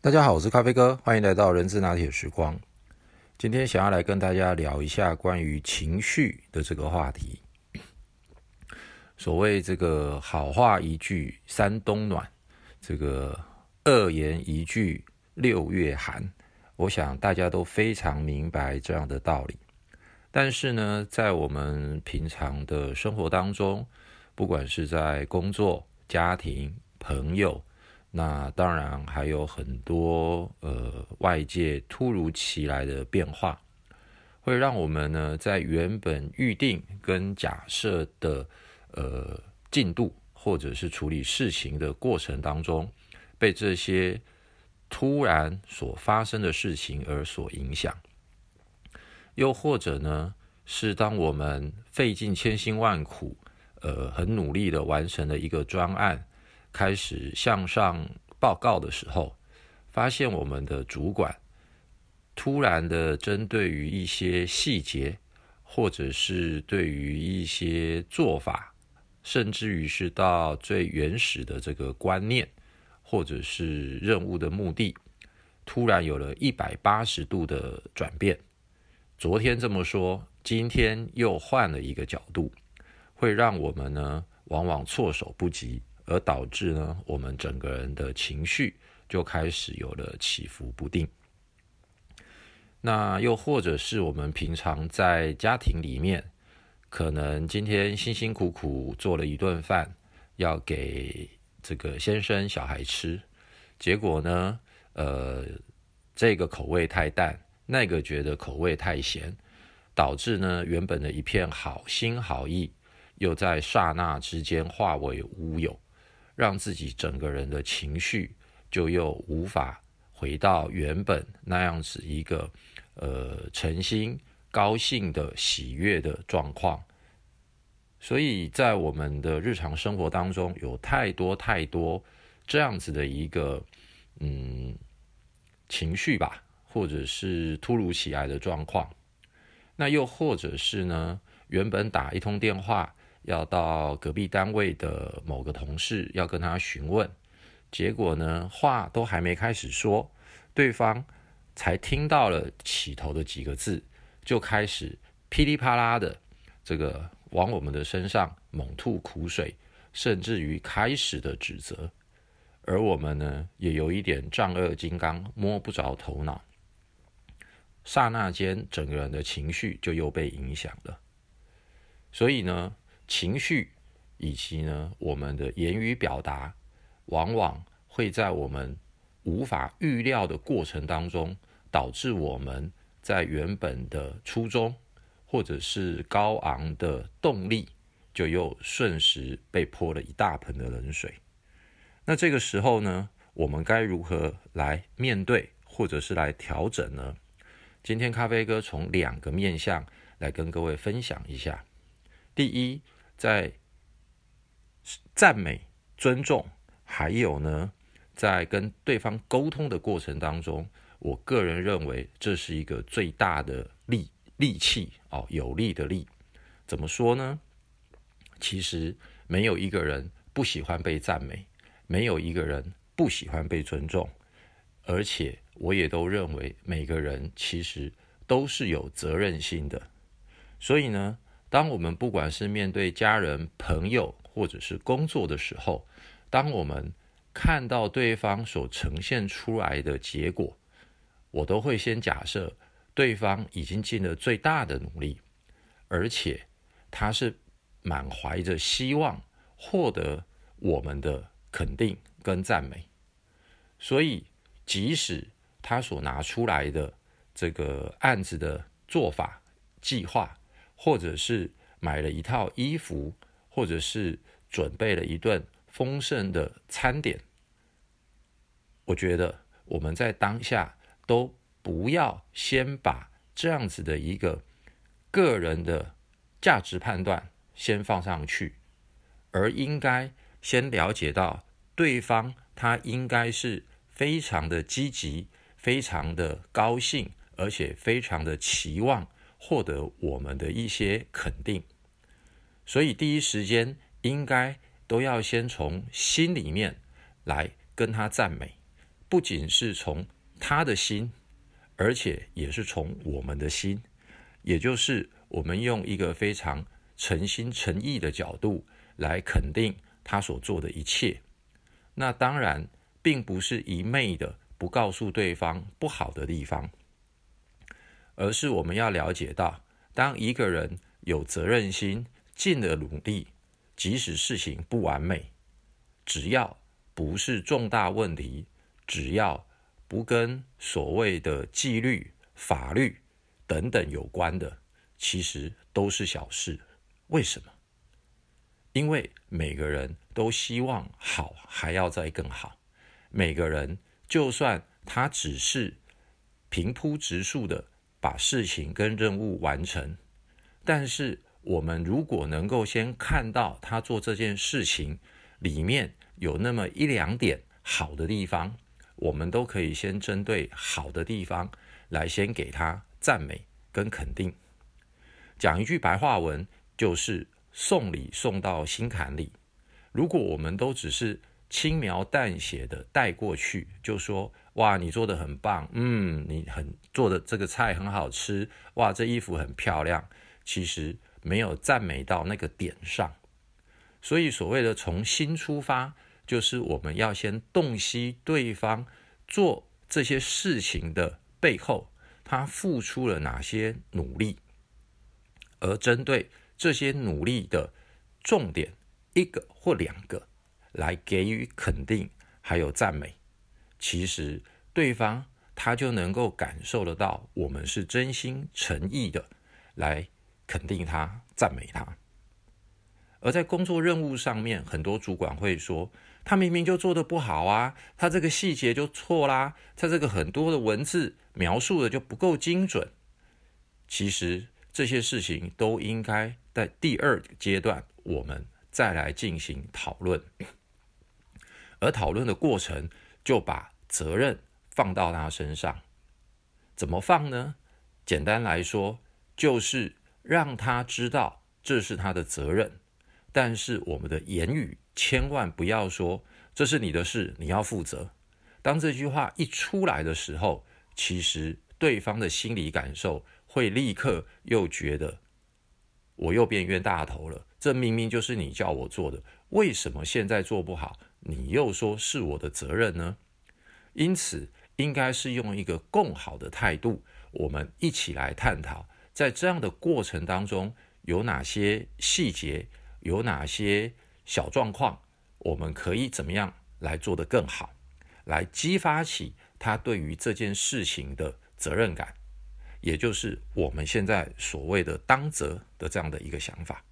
大家好，我是咖啡哥，欢迎来到人资拿铁时光。今天想要来跟大家聊一下关于情绪的这个话题。所谓这个好话一句三冬暖，这个恶言一句六月寒，我想大家都非常明白这样的道理。但是呢，在我们平常的生活当中，不管是在工作、家庭、朋友，那当然还有很多外界突如其来的变化，会让我们呢在原本预定跟假设的进度或者是处理事情的过程当中，被这些突然所发生的事情而所影响。又或者呢，是当我们费尽千辛万苦，很努力的完成了一个专案，开始向上报告的时候，发现我们的主管突然的针对于一些细节，或者是对于一些做法，甚至于是到最原始的这个观念，或者是任务的目的，突然有了180度的转变。昨天这么说，今天又换了一个角度，会让我们呢往往措手不及，而导致呢我们整个人的情绪就开始有了起伏不定。那又或者是我们平常在家庭里面，可能今天辛辛苦苦做了一顿饭，要给这个先生小孩吃，结果呢这个口味太淡，那个觉得口味太咸，导致呢原本的一片好心好意，又在刹那之间化为乌有，让自己整个人的情绪就又无法回到原本那样子一个诚心高兴的喜悦的状况。所以在我们的日常生活当中，有太多这样子的一个情绪吧，或者是突如其来的状况。那又或者是呢，原本打一通电话要到隔壁单位的某个同事要跟他询问，结果呢话都还没开始说，对方才听到了起头的几个字，就开始噼里啪啦的这个往我们的身上猛吐苦水，甚至于开始的指责。而我们呢也有一点丈二金刚，摸不着头脑，刹那间整个人的情绪就又被影响了。所以呢，情绪以及呢我们的言语表达，往往会在我们无法预料的过程当中，导致我们在原本的初衷或者是高昂的动力，就又瞬时被泼了一大盆的冷水。那这个时候呢，我们该如何来面对或者是来调整呢？今天咖啡哥从2个面向来跟各位分享一下。第一，在赞美、尊重，还有呢在跟对方沟通的过程当中，我个人认为这是一个最大的利器，有力的力。怎么说呢？其实没有一个人不喜欢被赞美，没有一个人不喜欢被尊重，而且我也都认为每个人其实都是有责任心的。所以呢，当我们不管是面对家人、朋友或者是工作的时候，当我们看到对方所呈现出来的结果，我都会先假设对方已经尽了最大的努力，而且他是满怀着希望获得我们的肯定跟赞美。所以即使他所拿出来的这个案子的做法计划，或者是买了一套衣服，或者是准备了一顿丰盛的餐点，我觉得我们在当下都不要先把这样子的一个个人的价值判断先放上去，而应该先了解到对方他应该是非常的积极，非常的高兴，而且非常的期望获得我们的一些肯定。所以第一时间应该都要先从心里面来跟他赞美， 不仅是从他的心，而且也是从我们的心，也就是我们用一个非常诚心诚意的角度来肯定他所做的一切。那当然并不是一昧的不告诉对方不好的地方，而是我们要了解到，当一个人有责任心，尽了努力，即使事情不完美，只要不是重大问题，只要不跟所谓的纪律、法律等等有关的，其实都是小事。为什么？因为每个人都希望好还要再更好，每个人就算他只是平铺直述的把事情跟任务完成，但是我们如果能够先看到他做这件事情里面有那么一两点好的地方，我们都可以先针对好的地方来先给他赞美跟肯定。讲一句白话文，就是送礼送到心坎里。如果我们都只是轻描淡写的带过去，就说哇你做得很棒，你做的这个菜很好吃，哇这衣服很漂亮，其实没有赞美到那个点上。所以所谓的从心出发，就是我们要先洞悉对方做这些事情的背后，他付出了哪些努力，而针对这些努力的重点一个或两个来给予肯定还有赞美，其实对方他就能够感受得到我们是真心诚意的来肯定他赞美他。而在工作任务上面，很多主管会说他明明就做得不好啊，他这个细节就错啦，他这个很多的文字描述的就不够精准。其实这些事情都应该在第二阶段我们再来进行讨论，而讨论的过程就把责任放到他身上。怎么放呢？简单来说，就是让他知道这是他的责任，但是我们的言语千万不要说这是你的事，你要负责。当这句话一出来的时候，其实对方的心理感受会立刻又觉得我又变冤大头了，这明明就是你叫我做的，为什么现在做不好，你又说是我的责任呢？因此应该是用一个共好的态度，我们一起来探讨，在这样的过程当中有哪些细节，有哪些小状况，我们可以怎么样来做得更好，来激发起他对于这件事情的责任感，也就是我们现在所谓的当责的这样的一个想法。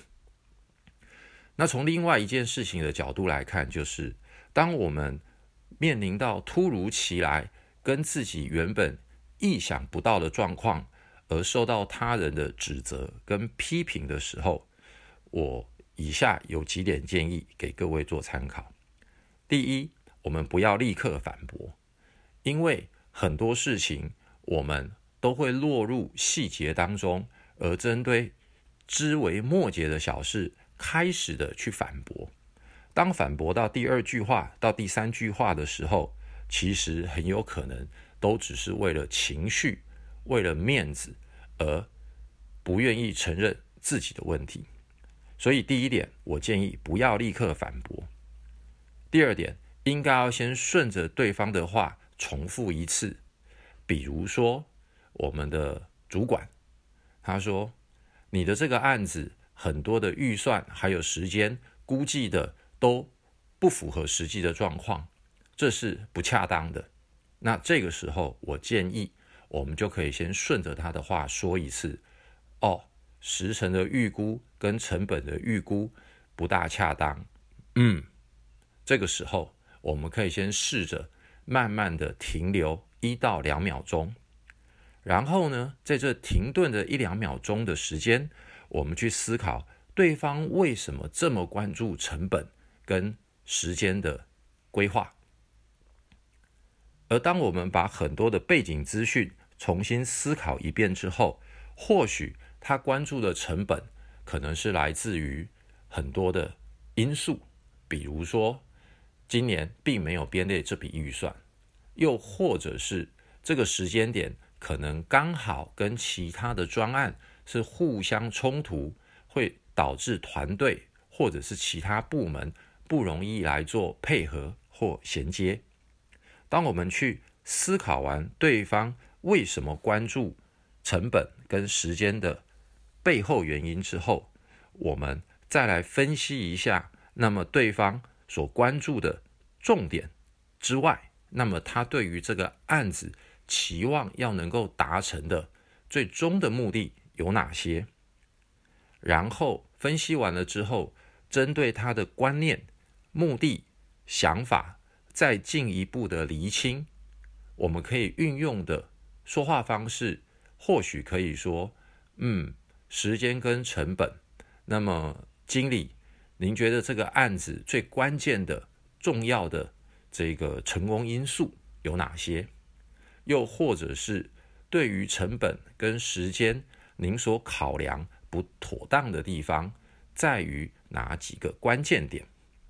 那从另外一件事情的角度来看，就是当我们面临到突如其来跟自己原本意想不到的状况，而受到他人的指责跟批评的时候，我以下有几点建议给各位做参考。第一，我们不要立刻反驳，因为很多事情我们都会落入细节当中，而针对枝微末节的小事开始的去反驳。当反驳到第二句话到第三句话的时候，其实很有可能都只是为了情绪，为了面子，而不愿意承认自己的问题。所以第一点，我建议不要立刻反驳。第二点，应该要先顺着对方的话重复一次。比如说我们的主管他说，你的这个案子很多的预算还有时间估计的都不符合实际的状况，这是不恰当的。那这个时候我建议我们就可以先顺着他的话说一次，时程的预估跟成本的预估不大恰当。这个时候我们可以先试着慢慢的停留1到2秒钟，然后呢，在这停顿的1-2秒钟的时间，我们去思考对方为什么这么关注成本跟时间的规划。而当我们把很多的背景资讯重新思考一遍之后，或许他关注的成本可能是来自于很多的因素，比如说今年并没有编列这笔预算， 又或者是这个时间点可能刚好跟其他的专案是互相冲突，会导致团队或者是其他部门不容易来做配合或衔接。当我们去思考完对方为什么关注成本跟时间的背后原因之后，我们再来分析一下，那么对方所关注的重点之外，那么他对于这个案子期望要能够达成的最终的目的有哪些？然后分析完了之后，针对他的观念、目的、想法，再进一步的厘清，我们可以运用的说话方式，或许可以说，时间跟成本。那么经理，您觉得这个案子最关键的、重要的这个成功因素有哪些？又或者是对于成本跟时间，您所考量不妥当的地方在于哪几个关键点？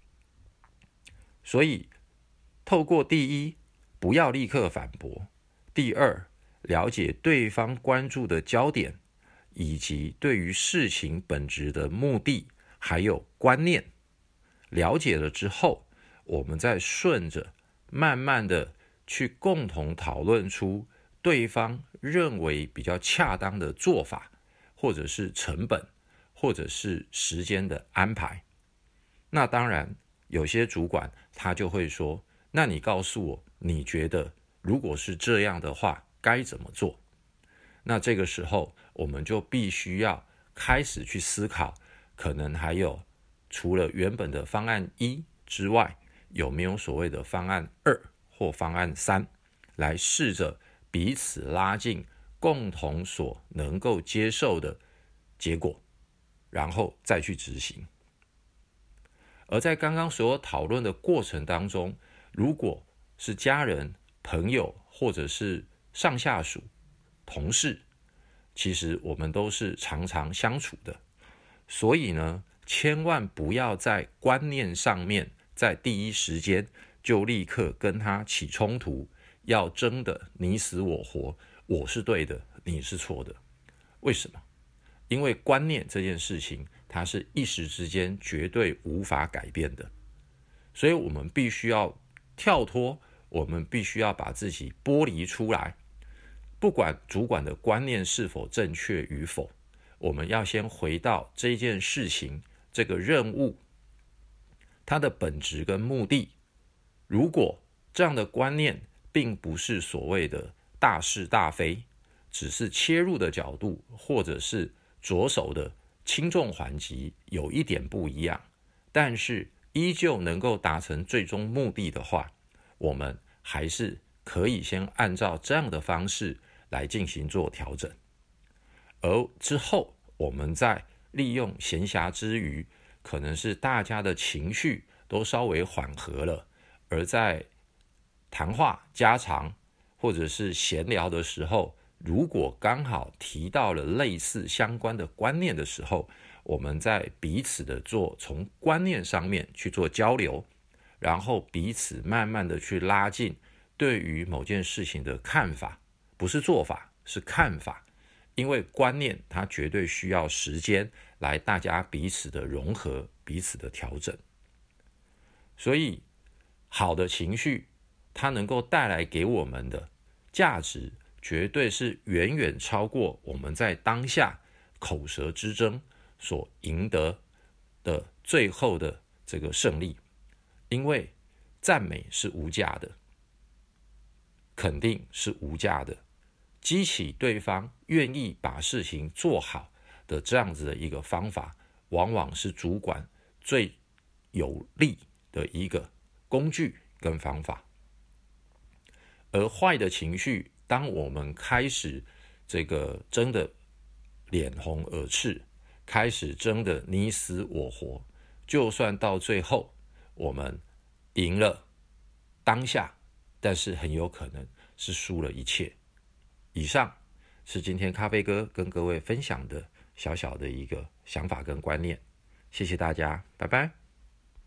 所以透过第一，不要立刻反驳；第二，了解对方关注的焦点，以及对于事情本质的目的还有观念，了解了之后，我们再顺着慢慢的去共同讨论出对方认为比较恰当的做法，或者是成本，或者是时间的安排。那当然有些主管他就会说，那你告诉我，你觉得如果是这样的话该怎么做？那这个时候我们就必须要开始去思考，可能还有除了原本的方案1之外，有没有所谓的方案2或方案3，来试着彼此拉近共同所能够接受的结果，然后再去执行。而在刚刚所有讨论的过程当中，如果是家人、朋友或者是上下属、同事，其实我们都是常常相处的，所以呢，千万不要在观念上面在第一时间就立刻跟他起冲突，要争得你死我活，我是对的，你是错的。为什么？因为观念这件事情，它是一时之间绝对无法改变的，所以我们必须要跳脱，我们必须要把自己剥离出来。不管主管的观念是否正确与否，我们要先回到这件事情、这个任务，它的本质跟目的。如果这样的观念并不是所谓的大是大非，只是切入的角度，或者是着手的轻重缓急有一点不一样，但是依旧能够达成最终目的的话，我们还是可以先按照这样的方式来进行做调整。而之后我们再利用闲暇之余，可能是大家的情绪都稍微缓和了，而在谈话家常或者是闲聊的时候，如果刚好提到了类似相关的观念的时候，我们在彼此的从观念上面去做交流，然后彼此慢慢的去拉近对于某件事情的看法，不是做法，是看法。因为观念它绝对需要时间来大家彼此的融合，彼此的调整。所以好的情绪它能够带来给我们的价值，绝对是远远超过我们在当下口舌之争所赢得的最后的这个胜利。因为赞美是无价的，肯定是无价的，激起对方愿意把事情做好的这样子的一个方法，往往是主管最有利的一个工具跟方法。而坏的情绪，当我们开始这个争得脸红耳赤，开始争得你死我活，就算到最后我们赢了当下，但是很有可能是输了一切。以上是今天咖啡哥跟各位分享的小小的一个想法跟观念，谢谢大家，拜拜。